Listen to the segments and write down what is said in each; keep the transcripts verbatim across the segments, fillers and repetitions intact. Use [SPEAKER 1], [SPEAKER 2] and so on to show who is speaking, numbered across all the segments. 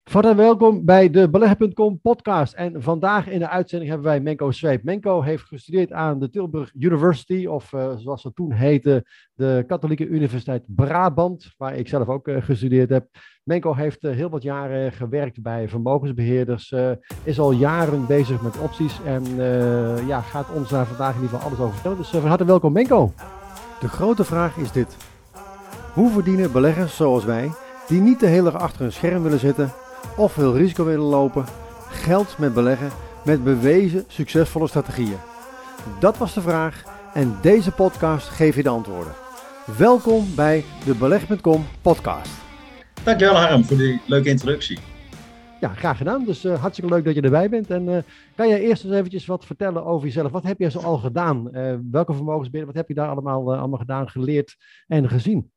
[SPEAKER 1] Van harte welkom bij de belegger punt com podcast. En vandaag in de uitzending hebben wij Menko Zweep. Menko heeft gestudeerd aan de Tilburg University, of uh, zoals dat toen heette, de Katholieke Universiteit Brabant, waar ik zelf ook uh, gestudeerd heb. Menko heeft uh, heel wat jaren gewerkt bij vermogensbeheerders, uh, is al jaren bezig met opties en uh, ja, gaat ons daar vandaag in ieder geval alles over vertellen. Dus uh, van harte welkom, Menko.
[SPEAKER 2] De grote vraag is dit. Hoe verdienen beleggers zoals wij, die niet de hele dag achter een scherm willen zitten of veel risico willen lopen, geld met beleggen met bewezen succesvolle strategieën? Dat was de vraag en deze podcast geeft je de antwoorden. Welkom bij de belegger punt com podcast.
[SPEAKER 3] Dankjewel Harm voor die leuke introductie.
[SPEAKER 1] Ja, graag gedaan. Dus uh, hartstikke leuk dat je erbij bent. En uh, kan jij eerst eens eventjes wat vertellen over jezelf? Wat heb jij zo al gedaan? Uh, welke vermogensbeheer, wat heb je daar allemaal, uh, allemaal gedaan, geleerd en gezien?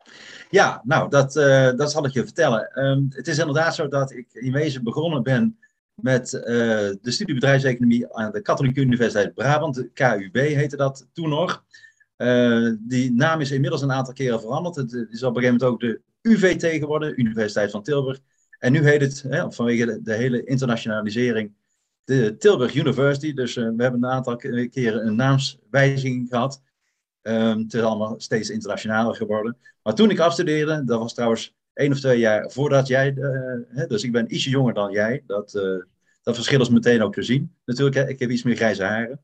[SPEAKER 3] Ja, nou, dat, uh, dat zal ik je vertellen. Um, het is inderdaad zo dat ik in wezen begonnen ben met uh, de studie bedrijfseconomie aan de Katholieke Universiteit Brabant. De K U B heette dat toen nog. Uh, die naam is inmiddels een aantal keren veranderd. Het is op een gegeven moment ook de U V T geworden, Universiteit van Tilburg. En nu heet het, hè, vanwege de, de hele internationalisering, de Tilburg University. Dus uh, we hebben een aantal keren een naamswijziging gehad. Um, het is allemaal steeds internationaler geworden. Maar toen ik afstudeerde, dat was trouwens één of twee jaar voordat jij, uh, hè, dus ik ben ietsje jonger dan jij. Dat, uh, dat verschil is meteen ook te zien. Natuurlijk, hè, ik heb iets meer grijze haren.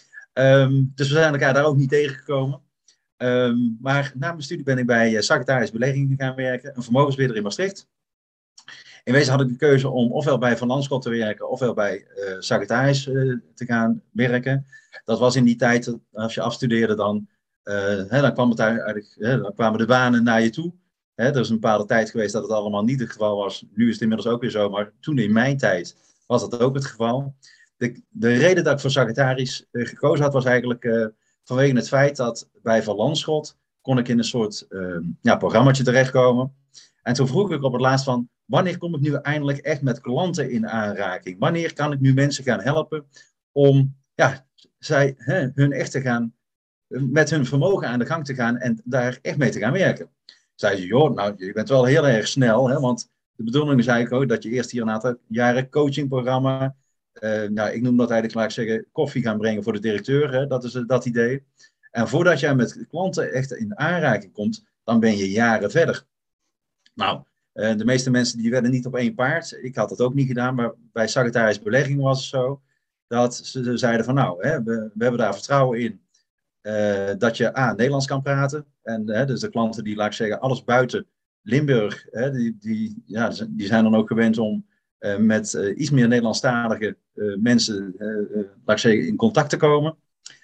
[SPEAKER 3] Um, dus we zijn elkaar daar ook niet tegengekomen. Um, maar na mijn studie ben ik bij uh, Sagittarius Beleggingen gaan werken, een vermogensbeheerder in Maastricht. In wezen had ik de keuze om ofwel bij Van Lanschot te werken, ofwel bij uh, Sagittarius uh, te gaan werken. Dat was in die tijd, als je afstudeerde, dan, uh, hè, dan, kwam het eigenlijk, hè, dan kwamen de banen naar je toe. Hè, er is een bepaalde tijd geweest dat het allemaal niet het geval was. Nu is het inmiddels ook weer zo, maar toen in mijn tijd was dat ook het geval. De, de reden dat ik voor Sagittarius uh, gekozen had, was eigenlijk uh, vanwege het feit dat bij Van Lanschot kon ik in een soort uh, ja, programmaatje terechtkomen. En toen vroeg ik op het laatst van, wanneer kom ik nu eindelijk echt met klanten in aanraking? Wanneer kan ik nu mensen gaan helpen om ja, zij, hè, hun echt te gaan, met hun vermogen aan de gang te gaan en daar echt mee te gaan werken? Zei ze, joh, nou, je bent wel heel erg snel, hè, want de bedoeling is eigenlijk ook dat je eerst hier een aantal jaren coachingprogramma, uh, nou, ik noem dat eigenlijk, laat ik zeggen, koffie gaan brengen voor de directeur, hè, dat is uh, dat idee. En voordat jij met klanten echt in aanraking komt, dan ben je jaren verder. Nou, uh, de meeste mensen die werden niet op één paard. Ik had dat ook niet gedaan, maar bij Sagittarius Beleggingen was het zo dat ze zeiden van nou, hè, we, we hebben daar vertrouwen in uh, dat je A, Nederlands kan praten. En uh, dus de klanten die, laat ik zeggen, alles buiten Limburg, hè, die, die, ja, die zijn dan ook gewend om uh, met uh, iets meer Nederlandstalige uh, mensen, uh, uh, laat ik zeggen, in contact te komen.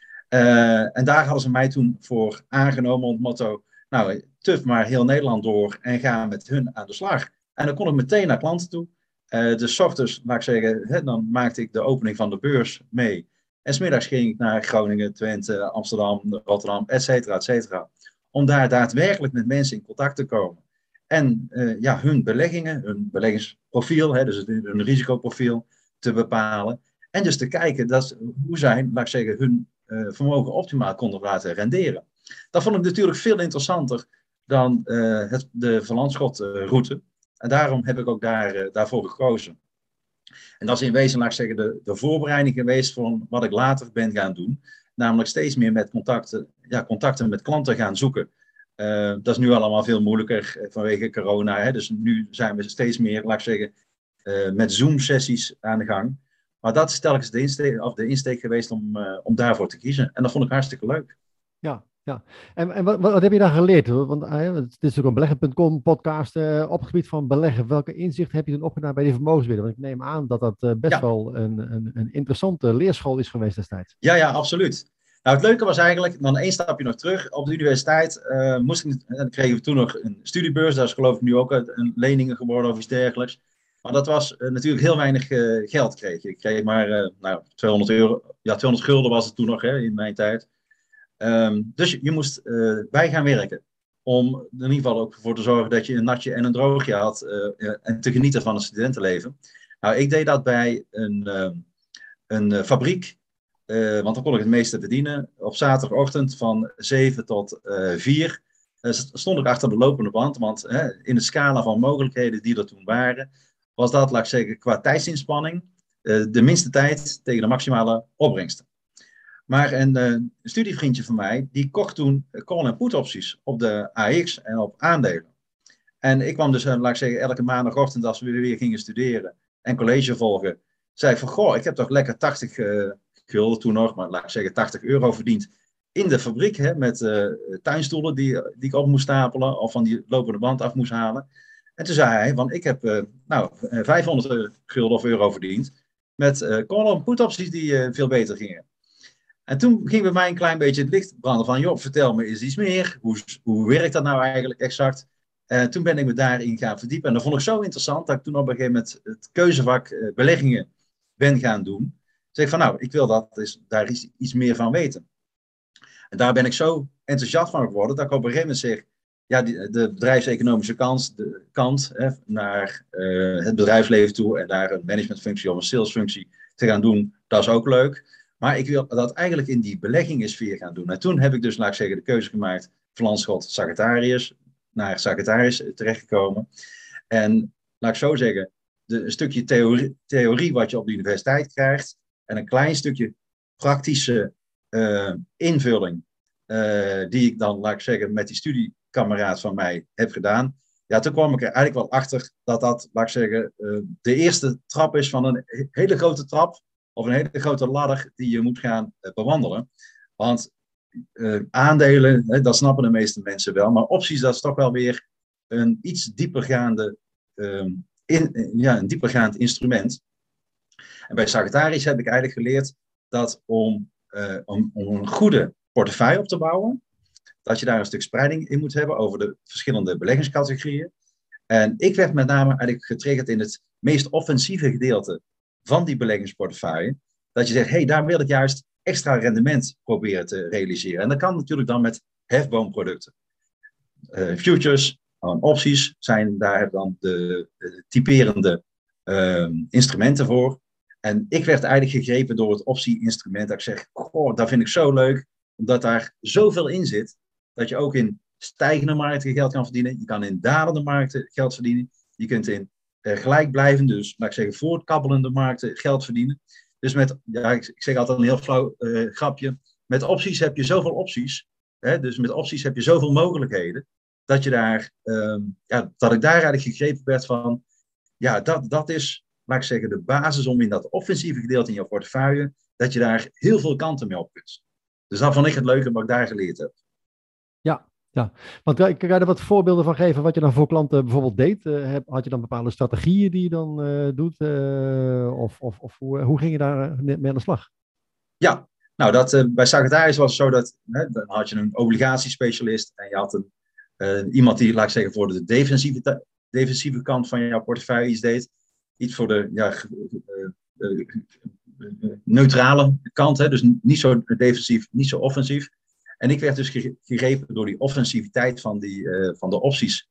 [SPEAKER 3] Uh, en daar hadden ze mij toen voor aangenomen op het motto, nou, tuf maar heel Nederland door en ga met hun aan de slag. En dan kon ik meteen naar klanten toe. Uh, dus 's ochtends, laat ik zeggen, hè, dan maakte ik de opening van de beurs mee. En 's middags ging ik naar Groningen, Twente, Amsterdam, Rotterdam, et cetera, et cetera. Om daar daadwerkelijk met mensen in contact te komen. En uh, ja, hun beleggingen, hun beleggingsprofiel, hè, dus hun risicoprofiel te bepalen. En dus te kijken dat, hoe zij, laat ik zeggen, hun uh, vermogen optimaal konden laten renderen. Dat vond ik natuurlijk veel interessanter dan uh, het, de Van Lanschot-route. En daarom heb ik ook daar, uh, daarvoor gekozen. En dat is in wezen, laat ik zeggen, de, de voorbereiding geweest van wat ik later ben gaan doen. Namelijk steeds meer met contacten, ja, contacten met klanten gaan zoeken. Uh, dat is nu allemaal veel moeilijker uh, vanwege corona. Hè? Dus nu zijn we steeds meer, laat ik zeggen, uh, met Zoom-sessies aan de gang. Maar dat is telkens de insteek, of de insteek geweest om, uh, om daarvoor te kiezen. En dat vond ik hartstikke leuk.
[SPEAKER 1] Ja, ja. En, en wat, wat heb je daar geleerd? Want uh, het is ook een belegger punt com podcast uh, op het gebied van beleggen. Welke inzicht heb je dan opgedaan bij die vermogensbeheerder? Want ik neem aan dat dat uh, best ja. wel een, een, een interessante leerschool is geweest destijds.
[SPEAKER 3] Ja, ja, absoluut. Nou, het leuke was eigenlijk, dan één stapje nog terug. Op de universiteit uh, moest ik, dan kregen we toen nog een studiebeurs. Dat is geloof ik nu ook een leningen geworden of iets dergelijks. Maar dat was uh, natuurlijk heel weinig uh, geld kreeg je. Ik kreeg maar uh, nou, tweehonderd euro. Ja, tweehonderd gulden was het toen nog hè, in mijn tijd. Um, dus je, je moest uh, bij gaan werken. Om er in ieder geval ook voor te zorgen dat je een natje en een droogje had. Uh, uh, en te genieten van het studentenleven. Nou, ik deed dat bij een, uh, een uh, fabriek. Uh, want dan kon ik het meeste verdienen. Op zaterdagochtend van zeven tot vier uh, stond ik achter de lopende band. Want uh, in de scala van mogelijkheden die er toen waren. was dat, laat ik zeggen, qua tijdsinspanning uh, de minste tijd tegen de maximale opbrengsten. Maar een, uh, een studievriendje van mij, die kocht toen call- en put opties op de A X en op aandelen. En ik kwam dus, uh, laat ik zeggen, elke maandagochtend als we weer gingen studeren en college volgen, zei ik van, goh, ik heb toch lekker tachtig uh, gulden toen nog, maar laat ik zeggen tachtig euro verdiend in de fabriek, hè, met uh, tuinstoelen die, die ik op moest stapelen of van die lopende band af moest halen. En toen zei hij, van ik heb uh, nou, vijfhonderd gulden of euro verdiend met uh, call- en put opties die uh, veel beter gingen. En toen ging bij mij een klein beetje het licht branden van, joh, vertel me eens iets meer. Hoe, hoe werkt dat nou eigenlijk exact? Uh, toen ben ik me daarin gaan verdiepen. En dat vond ik zo interessant dat ik toen op een gegeven moment het keuzevak uh, beleggingen ben gaan doen. Zeg van, nou, ik wil dat, dus daar is iets meer van weten. En daar ben ik zo enthousiast van geworden dat ik op een gegeven moment zeg, ja, die, de bedrijfseconomische kant, de kant hè, naar uh, het bedrijfsleven toe en daar een managementfunctie of een salesfunctie te gaan doen, dat is ook leuk. Maar ik wil dat eigenlijk in die beleggingensfeer gaan doen. En toen heb ik dus, laat ik zeggen, de keuze gemaakt van Landschot Sagittarius naar Sagittarius terechtgekomen. En laat ik zo zeggen, de, een stukje theorie, theorie wat je op de universiteit krijgt en een klein stukje praktische uh, invulling uh, die ik dan, laat ik zeggen, met die studiekameraad van mij heb gedaan. Ja, toen kwam ik er eigenlijk wel achter dat dat, laat ik zeggen, uh, de eerste trap is van een hele grote trap of een hele grote ladder die je moet gaan uh, bewandelen. Want uh, aandelen, hè, dat snappen de meeste mensen wel, maar opties, dat is toch wel weer een iets diepergaande, uh, in, ja, een diepergaand instrument. En bij Sagittarius heb ik eigenlijk geleerd dat om, uh, om, om een goede portefeuille op te bouwen, dat je daar een stuk spreiding in moet hebben over de verschillende beleggingscategorieën. En ik werd met name eigenlijk getriggerd in het meest offensieve gedeelte van die beleggingsportefeuille. Dat je zegt, hé, hey, daar wil ik juist extra rendement proberen te realiseren. En dat kan natuurlijk dan met hefboomproducten. Uh, futures, opties zijn daar dan de, de typerende uh, instrumenten voor. En ik werd eigenlijk gegrepen door het optie-instrument. Dat ik zeg, goh, dat vind ik zo leuk. Omdat daar zoveel in zit. Dat je ook in stijgende markten geld kan verdienen. Je kan in dalende markten geld verdienen. Je kunt in uh, gelijkblijvende, dus laat ik zeggen voortkabbelende markten geld verdienen. Dus met, ja, ik, ik zeg altijd een heel flauw uh, grapje. Met opties heb je zoveel opties. Hè? Dus met opties heb je zoveel mogelijkheden. Dat je daar, um, ja, dat ik daar eigenlijk gegrepen werd van, ja, dat, dat is, laat ik zeggen, de basis om in dat offensieve gedeelte in je portefeuille, dat je daar heel veel kanten mee op kunt. Dus dat vond ik het leuke wat ik daar geleerd heb.
[SPEAKER 1] Ja, ja. Want kan je er wat voorbeelden van geven wat je dan voor klanten bijvoorbeeld deed? Uh, had je dan bepaalde strategieën die je dan uh, doet? Uh, of of, of hoe, hoe ging je daar mee aan de slag?
[SPEAKER 3] Ja, nou dat, uh, bij Sagittarius was het zo dat, hè, dan had je een obligatiespecialist en je had een, uh, iemand die, laat ik zeggen, voor de defensieve, defensieve kant van jouw portefeuille iets deed. Iets voor de ja, uh, uh, uh, neutrale kant, hè, dus niet zo defensief, niet zo offensief. En ik werd dus gegrepen door die offensiviteit van, die, uh, van de opties.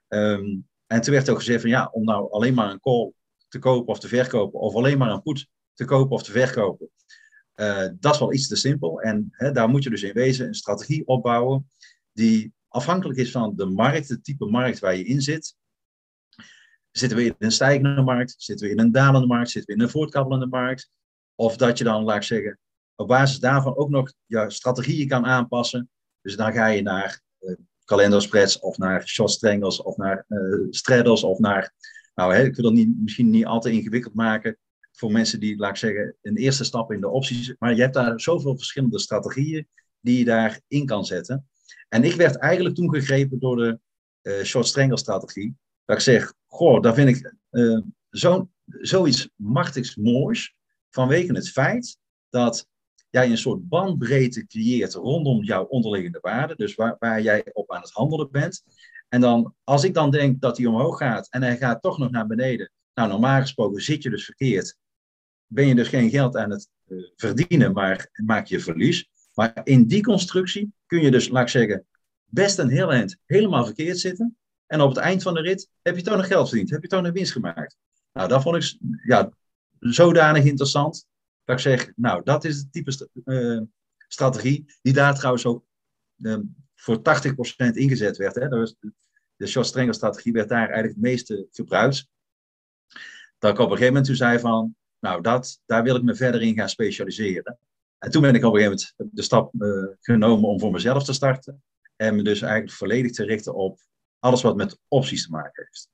[SPEAKER 3] Um, en toen werd ook gezegd van ja, om nou alleen maar een call te kopen of te verkopen, of alleen maar een put te kopen of te verkopen, uh, dat is wel iets te simpel. En hè, daar moet je dus in wezen een strategie opbouwen die afhankelijk is van de markt, het type markt waar je in zit. Zitten we in een stijgende markt? Zitten we in een dalende markt? Zitten we in een voortkabbelende markt? Of dat je dan, laat ik zeggen, op basis daarvan ook nog je strategieën kan aanpassen. Dus dan ga je naar uh, kalenderspreads of naar short strangles of naar uh, straddles of naar... Nou, hè, ik wil dat niet, misschien niet al te ingewikkeld maken voor mensen die, laat ik zeggen, een eerste stap in de opties. Maar je hebt daar zoveel verschillende strategieën die je daarin kan zetten. En ik werd eigenlijk toen gegrepen door de uh, short strangle strategie. Dat ik zeg, goh, daar vind ik uh, zo, zoiets machtigs moois vanwege het feit dat jij een soort bandbreedte creëert rondom jouw onderliggende waarde, dus waar, waar jij op aan het handelen bent. En dan, als ik dan denk dat die omhoog gaat en hij gaat toch nog naar beneden, nou normaal gesproken zit je dus verkeerd, ben je dus geen geld aan het uh, verdienen, maar maak je verlies. Maar in die constructie kun je dus, laat ik zeggen, best een heel eind helemaal verkeerd zitten. En op het eind van de rit heb je toch nog geld verdiend, heb je toch nog winst gemaakt. Nou, dat vond ik ja, zodanig interessant. Dat ik zeg, nou, dat is de type st- uh, strategie die daar trouwens ook uh, voor tachtig procent ingezet werd. Hè. Dat was de, de short strangle strategie werd daar eigenlijk het meeste gebruikt. Dat ik op een gegeven moment toen zei van, nou, dat, daar wil ik me verder in gaan specialiseren. En toen ben ik op een gegeven moment de stap uh, genomen om voor mezelf te starten. En me dus eigenlijk volledig te richten op alles wat met opties te maken heeft.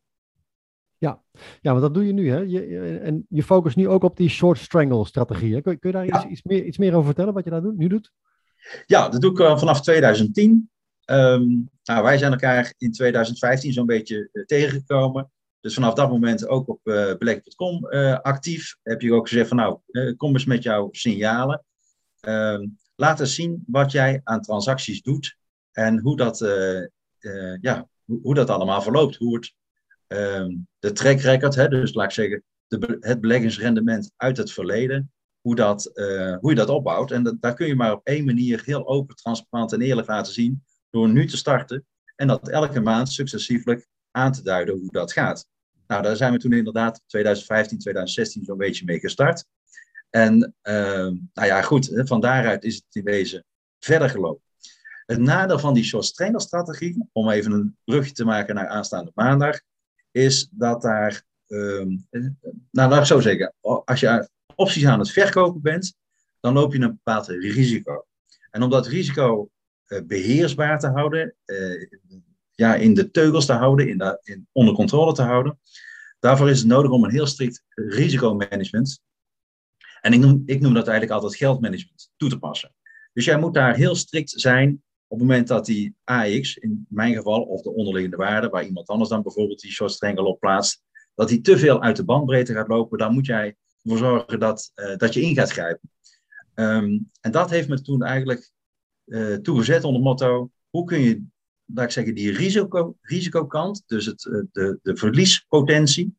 [SPEAKER 1] Ja, ja, want dat doe je nu, hè? Je, je- en je focust nu ook op die short strangle strategie. Hè? Kun, kun je daar iets,
[SPEAKER 3] Ja,
[SPEAKER 1] iets, meer, iets meer over vertellen, wat je daar doet, nu doet?
[SPEAKER 3] ja dat doe ik uh, vanaf twintig tien. Um, nou, wij zijn elkaar in twintig vijftien zo'n beetje uh, tegengekomen. Dus vanaf dat moment ook op uh, beleggen punt com uh, actief. Heb je ook gezegd van nou, uh, kom eens met jouw signalen. Um, laat eens zien wat jij aan transacties doet. En hoe dat, uh, uh, ja, hoe, hoe dat allemaal verloopt. Hoe het, um, de track record, hè, dus laat ik zeggen, de, het beleggingsrendement uit het verleden. Hoe, dat, uh, hoe je dat opbouwt. En dat, daar kun je maar op één manier heel open, transparant en eerlijk laten zien. Door nu te starten. En dat elke maand successieflijk aan te duiden hoe dat gaat. Nou, daar zijn we toen inderdaad twintig vijftien, twintig zestien zo'n beetje mee gestart. En uh, nou ja, goed, van daaruit is het in wezen verder gelopen. Het nadeel van die short trainer strategie, om even een brugje te maken naar aanstaande maandag, is dat daar, um, nou laat ik zo zeggen, als je opties aan het verkopen bent, dan loop je een bepaald risico. En om dat risico uh, beheersbaar te houden, uh, ja, in de teugels te houden, in de, in, onder controle te houden, daarvoor is het nodig om een heel strikt risicomanagement, en ik noem, ik noem dat eigenlijk altijd geldmanagement, toe te passen. Dus jij moet daar heel strikt zijn op het moment dat die A X, in mijn geval, of de onderliggende waarde, waar iemand anders dan bijvoorbeeld die short strangle op plaatst, dat die te veel uit de bandbreedte gaat lopen, dan moet jij ervoor zorgen dat, uh, dat je in gaat grijpen. Um, en dat heeft me toen eigenlijk uh, toegezet onder het motto, hoe kun je, laat ik zeggen, die risico, risicokant, dus het, uh, de, de verliespotentie,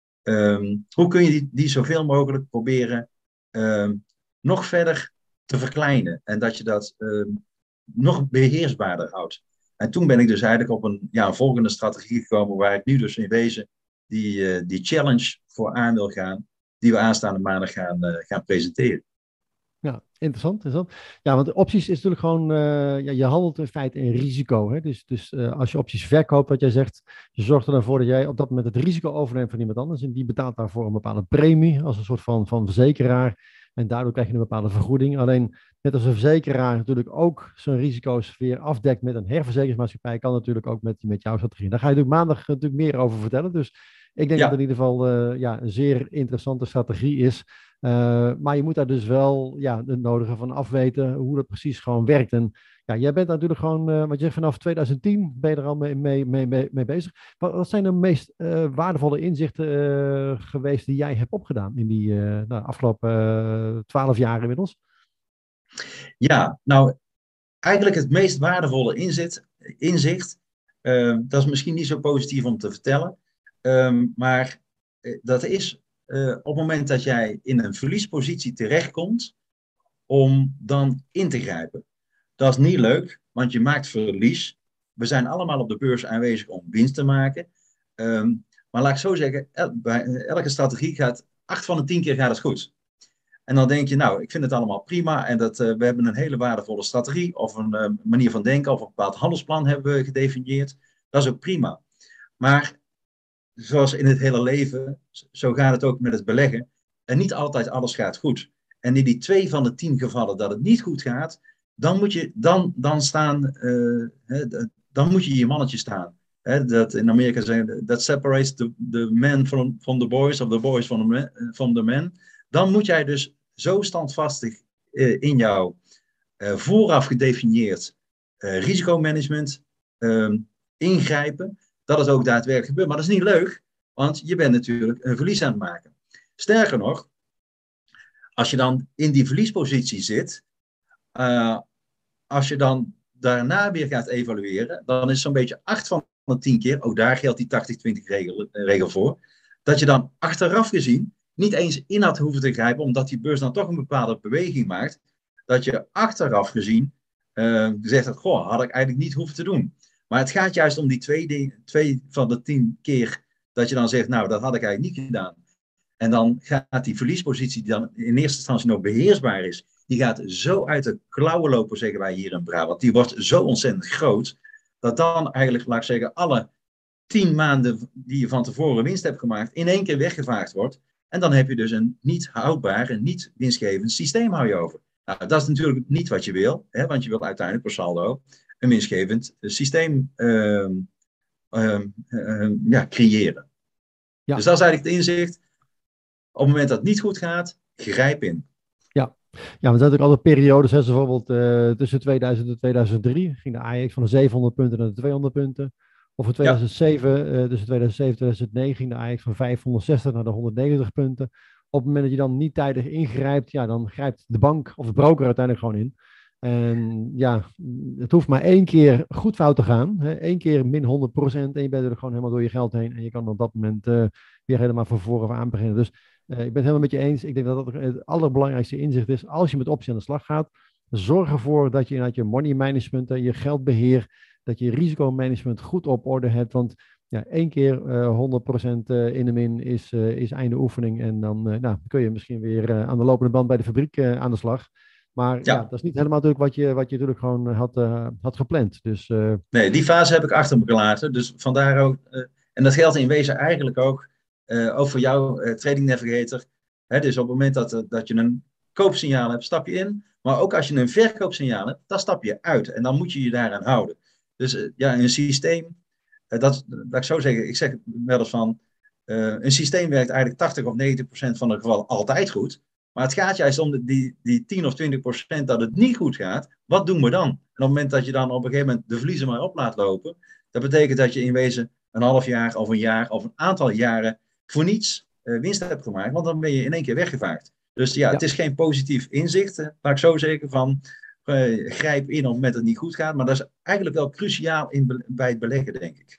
[SPEAKER 3] um, hoe kun je die, die zoveel mogelijk proberen um, nog verder te verkleinen en dat je dat um, nog beheersbaarder houdt. En toen ben ik dus eigenlijk op een, ja, een volgende strategie gekomen waar ik nu dus in wezen die, uh, die challenge voor aan wil gaan, die we aanstaande maandag gaan, uh, gaan presenteren.
[SPEAKER 1] Ja, interessant, interessant. Ja, want opties is natuurlijk gewoon, uh, ja, je handelt in feite in risico. Hè? Dus, dus uh, als je opties verkoopt, wat jij zegt, je zorgt ervoor dat jij op dat moment het risico overneemt van iemand anders. En die betaalt daarvoor een bepaalde premie als een soort van, van verzekeraar. En daardoor krijg je een bepaalde vergoeding. Alleen, net als een verzekeraar natuurlijk ook zijn risico's weer afdekt met een herverzekeringsmaatschappij, kan natuurlijk ook met, met jouw strategie. Daar ga je natuurlijk maandag natuurlijk meer over vertellen. Dus ik denk
[SPEAKER 3] Ja.
[SPEAKER 1] dat het in ieder geval uh, ja, een zeer interessante strategie is. Uh, maar je moet daar dus wel ja, het nodige van afweten hoe dat precies gewoon werkt. En ja, jij bent natuurlijk gewoon, uh, wat je zegt, vanaf twintig tien ben je er al mee, mee, mee, mee bezig. Wat, wat zijn de meest uh, waardevolle inzichten uh, geweest die jij hebt opgedaan in die uh, nou, afgelopen twaalf uh, jaar inmiddels?
[SPEAKER 3] Ja, nou, eigenlijk het meest waardevolle inzicht, inzicht uh, dat is misschien niet zo positief om te vertellen, um, maar uh, dat is uh, op het moment dat jij in een verliespositie terechtkomt, om dan in te grijpen. Dat is niet leuk, want je maakt verlies. We zijn allemaal op de beurs aanwezig om winst te maken. Um, maar laat ik zo zeggen, el- bij elke strategie gaat, acht van de tien keer gaat het goed. En dan denk je, nou, ik vind het allemaal prima en dat, uh, we hebben een hele waardevolle strategie of een uh, manier van denken of een bepaald handelsplan hebben we gedefinieerd. Dat is ook prima. Maar zoals in het hele leven, zo gaat het ook met het beleggen. En niet altijd alles gaat goed. En in die twee van de tien gevallen dat het niet goed gaat, dan moet je, dan, dan staan, uh, hè, dan moet je je mannetje staan. Hè, dat in Amerika zeggen, that separates the, the men from, from the boys, of the boys from the, men, from the men. Dan moet jij dus zo standvastig uh, in jouw uh, vooraf gedefinieerd uh, risicomanagement uh, ingrijpen, dat het ook daadwerkelijk gebeurt. Maar dat is niet leuk, want je bent natuurlijk een verlies aan het maken. Sterker nog, als je dan in die verliespositie zit, uh, als je dan daarna weer gaat evalueren, dan is zo'n beetje acht van de tien keer, ook daar geldt die tachtig twintig regel, regel voor, dat je dan achteraf gezien niet eens in had hoeven te grijpen, omdat die beurs dan toch een bepaalde beweging maakt, dat je achteraf gezien uh, zegt dat, goh, had ik eigenlijk niet hoeven te doen. Maar het gaat juist om die twee, dingen, twee van de tien keer dat je dan zegt, nou, dat had ik eigenlijk niet gedaan. En dan gaat die verliespositie, die dan in eerste instantie nog beheersbaar is, die gaat zo uit de klauwen lopen, zeggen wij hier in Brabant. Die wordt zo ontzettend groot, dat dan eigenlijk, laat ik zeggen, alle tien maanden die je van tevoren winst hebt gemaakt, in één keer weggevaagd wordt. En dan heb je dus een niet houdbaar en niet winstgevend systeem hou je over. Nou, dat is natuurlijk niet wat je wil, hè, want je wil uiteindelijk per saldo een winstgevend systeem uh, uh, uh, ja, creëren. Ja. Dus dat is eigenlijk het inzicht. Op het moment dat het niet goed gaat, grijp in.
[SPEAKER 1] Ja, ja, maar er zijn natuurlijk altijd periodes, hè, bijvoorbeeld uh, tussen tweeduizend en tweeduizend drie ging de A E X van de zevenhonderd punten naar de tweehonderd punten. Of in tweeduizend zeven, ja. uh, tussen tweeduizend zeven en tweeduizend negen ging de A E X van vijfhonderdzestig naar de honderdnegentig punten. Op het moment dat je dan niet tijdig ingrijpt, ja, dan grijpt de bank of de broker uiteindelijk gewoon in. En ja, het hoeft maar één keer goed fout te gaan. Hè? Eén keer min honderd procent en je bent er gewoon helemaal door je geld heen. En je kan op dat moment uh, weer helemaal van voren aan beginnen. Dus uh, ik ben het helemaal met je eens. Ik denk dat dat het allerbelangrijkste inzicht is. Als je met optie aan de slag gaat, zorg ervoor dat je inderdaad je money management, je geldbeheer, dat je risicomanagement goed op orde hebt. Want ja, één keer uh, honderd procent uh, in de min is, uh, is einde oefening. En dan uh, nou, kun je misschien weer uh, aan de lopende band bij de fabriek uh, aan de slag. Maar ja. ja, dat is niet helemaal natuurlijk wat je, wat je natuurlijk gewoon had, uh, had gepland. Dus, uh...
[SPEAKER 3] Nee, die fase heb ik achter me gelaten. Dus vandaar ook, uh, en dat geldt in wezen eigenlijk ook, uh, ook voor jou, uh, Trading Navigator. Hè, dus op het moment dat, uh, dat je een koopsignaal hebt, stap je in. Maar ook als je een verkoopsignaal hebt, dan stap je uit. En dan moet je je daaraan houden. Dus uh, ja, een systeem, uh, dat, dat ik zo zeggen, ik zeg wel eens van, uh, een systeem werkt eigenlijk tachtig of negentig procent van de gevallen altijd goed. Maar het gaat juist om die, die tien of twintig procent dat het niet goed gaat. Wat doen we dan? En op het moment dat je dan op een gegeven moment de verliezen maar op laat lopen. Dat betekent dat je in wezen een half jaar of een jaar of een aantal jaren voor niets uh, winst hebt gemaakt. Want dan ben je in één keer weggevaagd. Dus ja, ja. het is geen positief inzicht. Uh, laat ik zo zeggen van uh, grijp in op het moment dat het niet goed gaat. Maar dat is eigenlijk wel cruciaal in, bij het beleggen, denk ik.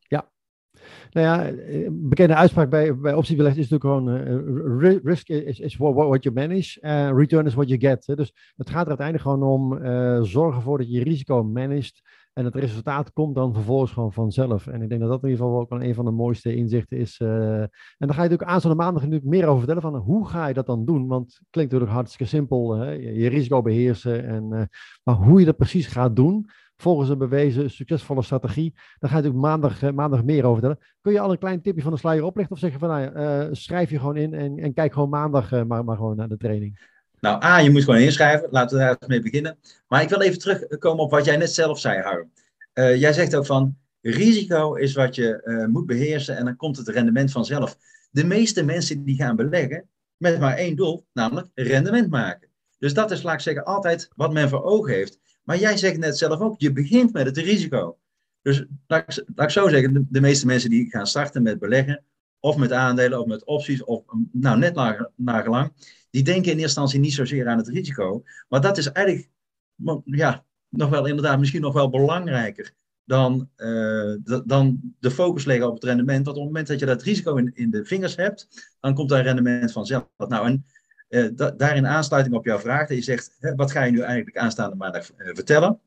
[SPEAKER 1] Nou ja, een bekende uitspraak bij, bij optiebeleg is natuurlijk gewoon uh, risk is, is what you manage, uh, return is what you get. Hè. Dus het gaat er uiteindelijk gewoon om uh, zorgen ervoor dat je risico managt en het resultaat komt dan vervolgens gewoon vanzelf. En ik denk dat dat in ieder geval ook wel een van de mooiste inzichten is. Uh, en dan ga je natuurlijk aanstaande maandag natuurlijk meer over vertellen van uh, hoe ga je dat dan doen? Want het klinkt natuurlijk hartstikke simpel, hè? Je, je risico beheersen, en, uh, maar hoe je dat precies gaat doen, volgens een bewezen succesvolle strategie. Daar ga je natuurlijk maandag, uh, maandag meer over vertellen. Kun je al een klein tipje van de sluier oplichten of zeg je van nou ja, uh, schrijf je gewoon in en, en kijk gewoon maandag uh, maar, maar gewoon naar de training?
[SPEAKER 3] Nou, A, je moet gewoon inschrijven. Laten we daar eens mee beginnen. Maar ik wil even terugkomen op wat jij net zelf zei, Harm. Uh, jij zegt ook van, risico is wat je uh, moet beheersen en dan komt het rendement vanzelf. De meeste mensen die gaan beleggen met maar één doel, namelijk rendement maken. Dus dat is, laat ik zeggen, altijd wat men voor ogen heeft. Maar jij zegt net zelf ook, je begint met het risico. Dus laat ik, laat ik zo zeggen, de, de meeste mensen die gaan starten met beleggen, of met aandelen, of met opties, of nou net naar, naar gelang, die denken in eerste instantie niet zozeer aan het risico. Maar dat is eigenlijk, ja, nog wel inderdaad misschien nog wel belangrijker dan, uh, de, dan de focus leggen op het rendement. Want op het moment dat je dat risico in, in de vingers hebt, dan komt dat rendement vanzelf. Nou, en uh, da, daarin aansluiting op jouw vraag, dat je zegt, hè, wat ga je nu eigenlijk aanstaande maandag uh, vertellen?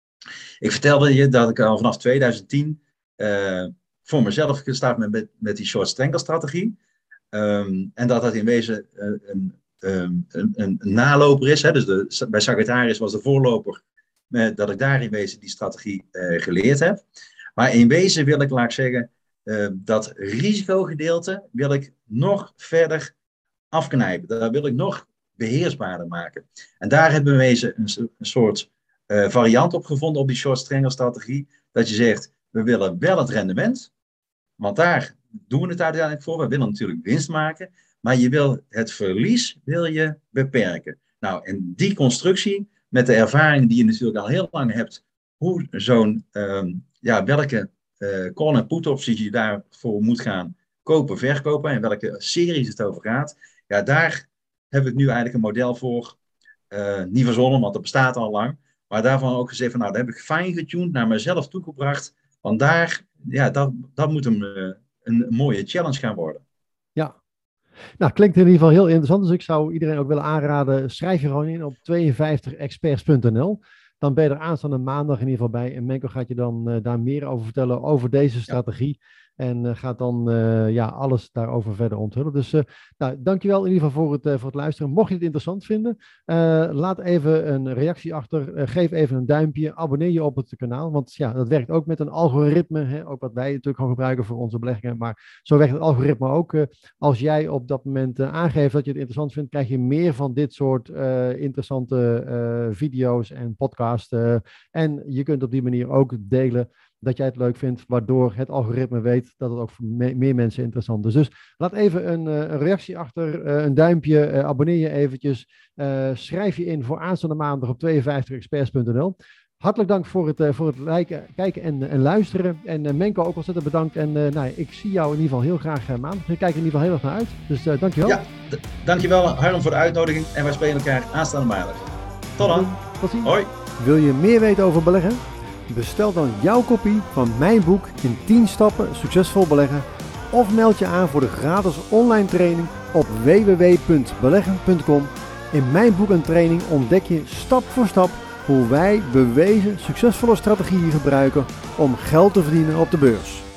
[SPEAKER 3] Ik vertelde je dat ik al vanaf tweeduizend tien uh, voor mezelf gestart ben met, met die short strangle strategie. Um, en dat dat in wezen uh, een, um, een, een naloper is. Hè? Dus de, bij Sagittarius was de voorloper met, dat ik daar in wezen die strategie uh, geleerd heb. Maar in wezen wil ik, laat ik zeggen, uh, dat risicogedeelte wil ik nog verder afknijpen. Dat wil ik nog beheersbaarder maken. En daar hebben we in wezen een, een soort uh, variant op gevonden op die short strangle strategie. Dat je zegt, we willen wel het rendement. Want daar doen we het uiteindelijk voor. We willen natuurlijk winst maken. Maar je wil het verlies wil je beperken. Nou, en die constructie, met de ervaring die je natuurlijk al heel lang hebt, hoe zo'n, um, ja, welke uh, call- en put-opties je daarvoor moet gaan kopen, verkopen en welke series het over gaat. Ja, daar heb ik nu eigenlijk een model voor, uh, niet verzonnen, want dat bestaat al lang. Maar daarvan ook gezegd van, nou, dat heb ik fine-getuned naar mezelf toegebracht. Want daar, ja, dat, dat moet een, uh, een mooie challenge gaan worden.
[SPEAKER 1] Ja. Nou, klinkt in ieder geval heel interessant. Dus ik zou iedereen ook willen aanraden, schrijf je gewoon in op tweeënvijftig experts punt n l. Dan ben je er aanstaande maandag in ieder geval bij. En Menko gaat je dan uh, daar meer over vertellen over deze strategie. En uh, gaat dan uh, ja, alles daarover verder onthullen. Dus uh, nou, dankjewel in ieder geval voor het, uh, voor het luisteren. Mocht je het interessant vinden, uh, laat even een reactie achter. Uh, geef even een duimpje. Abonneer je op het kanaal. Want ja, dat werkt ook met een algoritme. Hè, ook wat wij natuurlijk gewoon gebruiken voor onze beleggingen. Maar zo werkt het algoritme ook. Uh, als jij op dat moment uh, aangeeft dat je het interessant vindt, krijg je meer van dit soort uh, interessante uh, video's en podcasts. Uh, en je kunt op die manier ook delen dat jij het leuk vindt, waardoor het algoritme weet dat het ook voor me- meer mensen interessant is. Dus laat even een, uh, een reactie achter, uh, een duimpje, uh, abonneer je eventjes, uh, schrijf je in voor aanstaande maandag op tweeënvijftig experts punt n l. Hartelijk dank voor het, uh, voor het lijken, kijken en, en luisteren. En uh, Menko ook ontzettend bedankt. En uh, nou, ik zie jou in ieder geval heel graag uh, maandag. Ik kijk er in ieder geval heel erg naar uit. Dus uh, dankjewel.
[SPEAKER 3] Ja, d- dankjewel Harm voor de uitnodiging. En wij spreken elkaar aanstaande maandag. Tot dan.
[SPEAKER 1] Tot ziens.
[SPEAKER 3] Hoi.
[SPEAKER 2] Wil je meer weten over beleggen? Bestel dan jouw kopie van mijn boek in tien stappen succesvol beleggen. Of meld je aan voor de gratis online training op w w w punt beleggen punt com. In mijn boek en training ontdek je stap voor stap hoe wij bewezen succesvolle strategieën gebruiken om geld te verdienen op de beurs.